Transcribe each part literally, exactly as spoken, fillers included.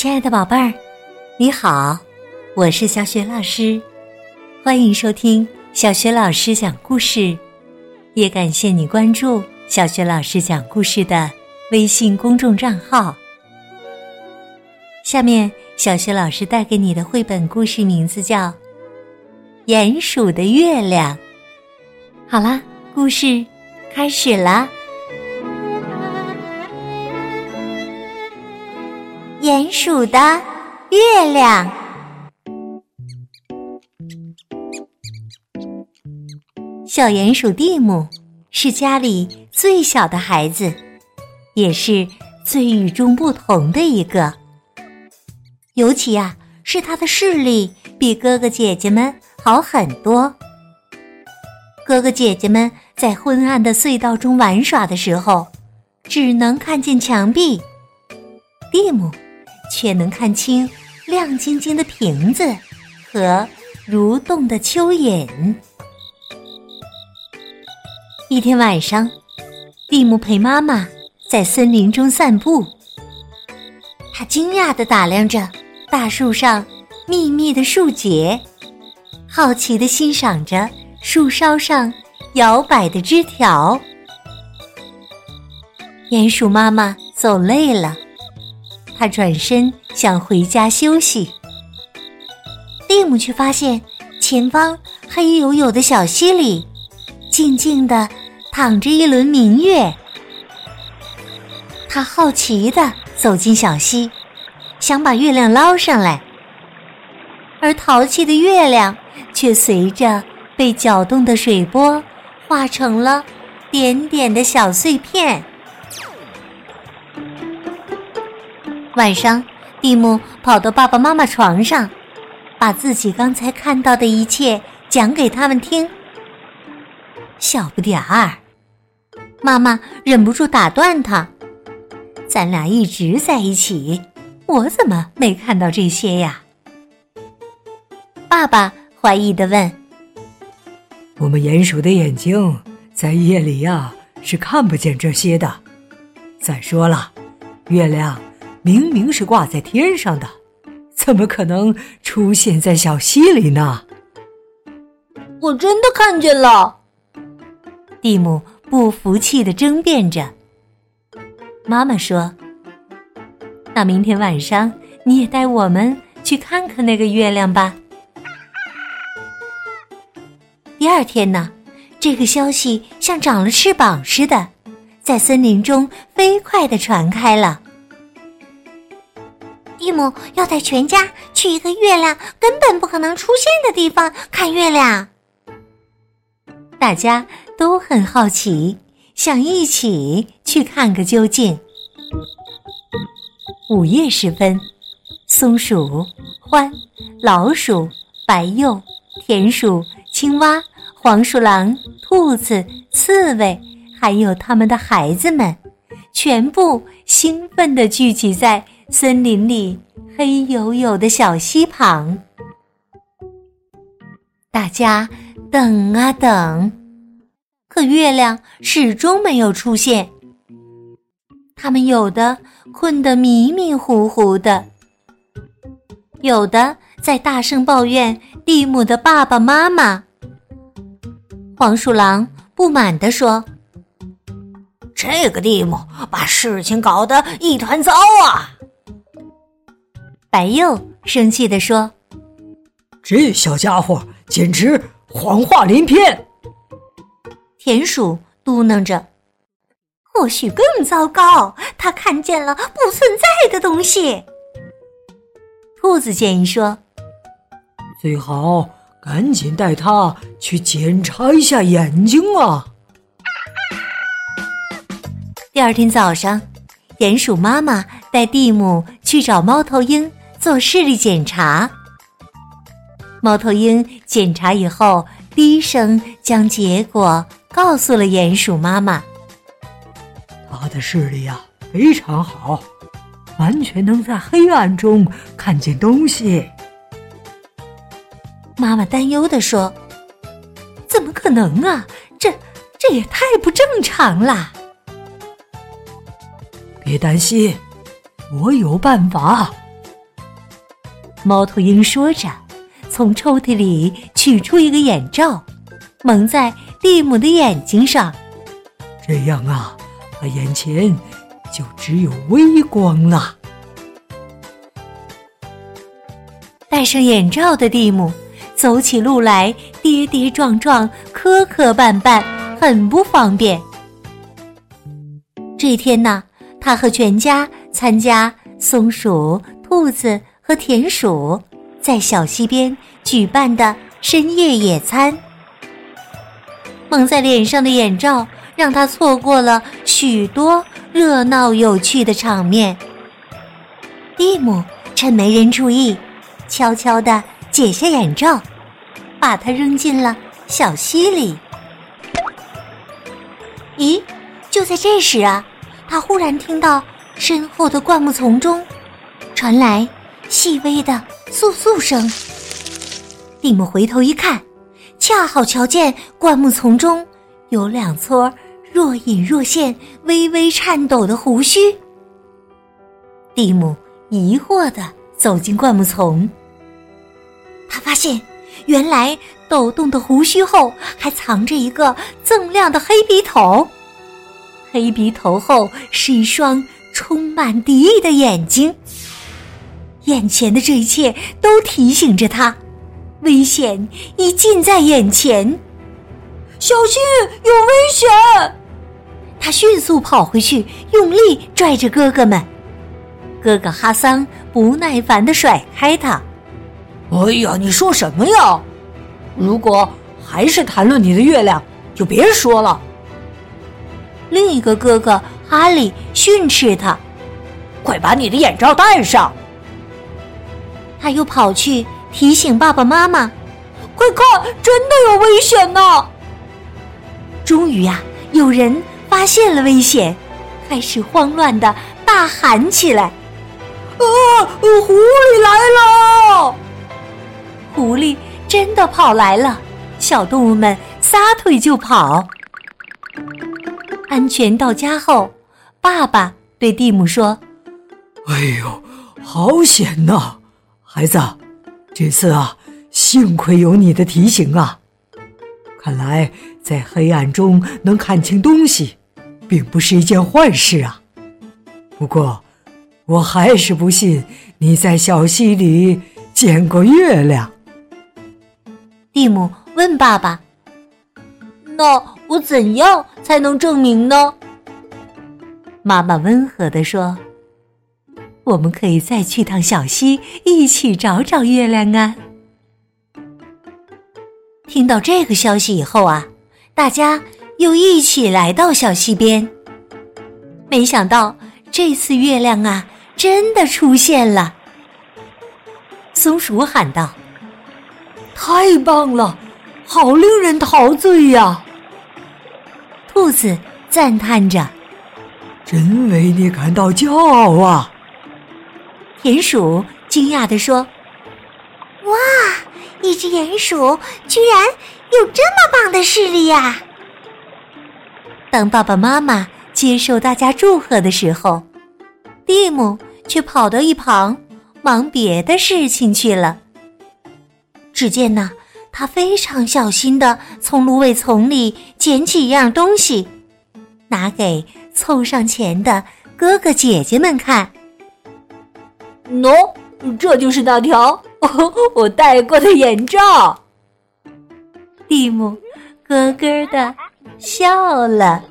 亲爱的宝贝儿，你好，我是小雪老师，欢迎收听小雪老师讲故事，也感谢你关注小雪老师讲故事的微信公众账号。下面小雪老师带给你的绘本故事名字叫《鼹鼠的月亮》。好啦，故事开始啦。鼹鼠的月亮。小鼹鼠蒂姆是家里最小的孩子，也是最与众不同的一个。尤其啊，是他的视力比哥哥姐姐们好很多。哥哥姐姐们在昏暗的隧道中玩耍的时候，只能看见墙壁，蒂姆却能看清亮晶晶的瓶子和蠕动的蚯蚓。一天晚上，蒂姆陪妈妈在森林中散步，他惊讶地打量着大树上密密的树节，好奇地欣赏着树梢上摇摆的枝条。鼹鼠妈妈走累了，他转身想回家休息，蒂姆却发现前方黑黝黝的小溪里静静地躺着一轮明月。他好奇地走进小溪，想把月亮捞上来，而淘气的月亮却随着被搅动的水波化成了点点的小碎片。晚上，蒂姆跑到爸爸妈妈床上，把自己刚才看到的一切讲给他们听。小不点儿，妈妈忍不住打断他，咱俩一直在一起，我怎么没看到这些呀？爸爸怀疑地问。 我们鼹鼠的眼睛在夜里呀是看不见这些的。再说了，月亮明明是挂在天上的，怎么可能出现在小溪里呢？ 我真的看见了！ 蒂姆不服气地争辩着。妈妈说，那明天晚上你也带我们去看看那个月亮吧。第二天呢，这个消息像长了翅膀似的，在森林中飞快地传开了。蒂姆要带全家去一个月亮根本不可能出现的地方看月亮。大家都很好奇，想一起去看个究竟。午夜时分，松鼠、獾、老鼠、白鼬、田鼠、青蛙、黄鼠狼、兔子、刺猬，还有他们的孩子们，全部兴奋地聚集在森林里黑黝黝的小溪旁。大家等啊等，可月亮始终没有出现。他们有的困得迷迷糊糊的，有的在大声抱怨蒂姆的爸爸妈妈。黄鼠狼不满地说， 这个蒂姆把事情搞得一团糟啊！ 白鼬生气地说， 这小家伙简直谎话连篇。 田鼠嘟囔着， 或许更糟糕，他看见了不存在的东西。 兔子建议说， 最好赶紧带他去检查一下眼睛啊。 第二天早上，鼹鼠妈妈带蒂姆去找猫头鹰做视力检查。猫头鹰检查以后，低声将结果告诉了鼹鼠妈妈。 他的视力啊非常好，完全能在黑暗中看见东西。 妈妈担忧地说，怎么可能啊，这这也太不正常了。 别担心，我有办法。 猫头鹰说着，从抽屉里取出一个眼罩，蒙在蒂姆的眼睛上。 这样啊，他眼前就只有微光了。 戴上眼罩的蒂姆走起路来跌跌撞撞、磕磕绊绊，很不方便。这天呢，他和全家参加松鼠、兔子和田鼠在小溪边举办的深夜野餐。蒙在脸上的眼罩让他错过了许多热闹有趣的场面。蒂姆趁没人注意，悄悄地解下眼罩，把它扔进了小溪里。咦，就在这时啊，他忽然听到身后的灌木丛中传来细微的簌簌声。蒂姆回头一看，恰好瞧见灌木丛中有两撮若隐若现、微微颤抖的胡须。蒂姆疑惑地走进灌木丛，他发现原来抖动的胡须后还藏着一个锃亮的黑笔头，黑笔头后是一双充满敌意的眼睛。眼前的这一切都提醒着他，危险已近在眼前。小心，有危险！他迅速跑回去，用力拽着哥哥们。哥哥哈桑不耐烦地甩开他。 哎呀，你说什么呀？如果还是谈论你的月亮，就别说了。 另一个哥哥哈利训斥他， 快把你的眼罩戴上。 他又跑去提醒爸爸妈妈，快看，真的有危险呢！终于啊，有人发现了危险，开始慌乱地大喊起来： 啊，狐狸来了！ 狐狸真的跑来了，小动物们撒腿就跑。安全到家后，爸爸对蒂姆说： 哎呦，好险呐！孩子，这次啊，幸亏有你的提醒啊！看来在黑暗中能看清东西，并不是一件坏事啊。不过，我还是不信你在小溪里见过月亮。 蒂姆问爸爸：那我怎样才能证明呢？妈妈温和地说：我们可以再去趟小溪，一起找找月亮啊。听到这个消息以后啊，大家又一起来到小溪边。没想到这次月亮啊，真的出现了。松鼠喊道： 太棒了，好令人陶醉呀！ 兔子赞叹着： 真为你感到骄傲啊！ 田鼠惊讶地说： 哇，一只鼹鼠居然有这么棒的视力呀！ 当爸爸妈妈接受大家祝贺的时候，蒂姆却跑到一旁忙别的事情去了。只见呢，他非常小心地从芦苇丛里捡起一样东西，拿给凑上前的哥哥姐姐们看。喏、no, 这就是那条我戴过的眼罩。蒂姆咯咯地笑了。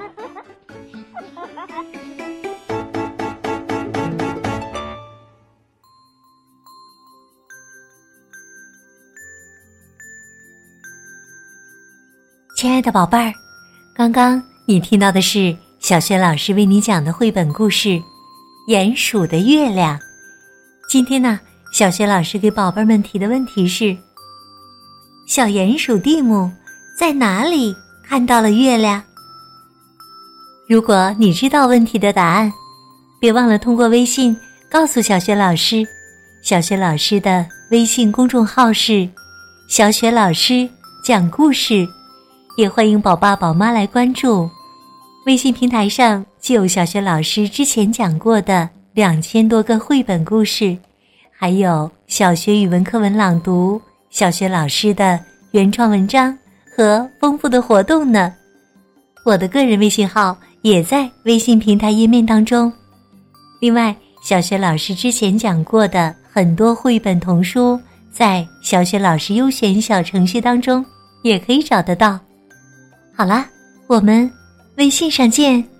亲爱的宝贝儿，刚刚你听到的是小雪老师为你讲的绘本故事《鼹鼠的月亮》。今天呢，小雪老师给宝贝们提的问题是：小鼹鼠蒂姆在哪里看到了月亮？如果你知道问题的答案，别忘了通过微信告诉小雪老师。小雪老师的微信公众号是小雪老师讲故事，也欢迎宝爸宝妈来关注。微信平台上就有小雪老师之前讲过的两千多个绘本故事，还有小学语文课文朗读、小学老师的原创文章和丰富的活动呢。我的个人微信号也在微信平台页面当中。另外，小学老师之前讲过的很多绘本童书，在小学老师优选小程序当中也可以找得到。好啦，我们微信上见。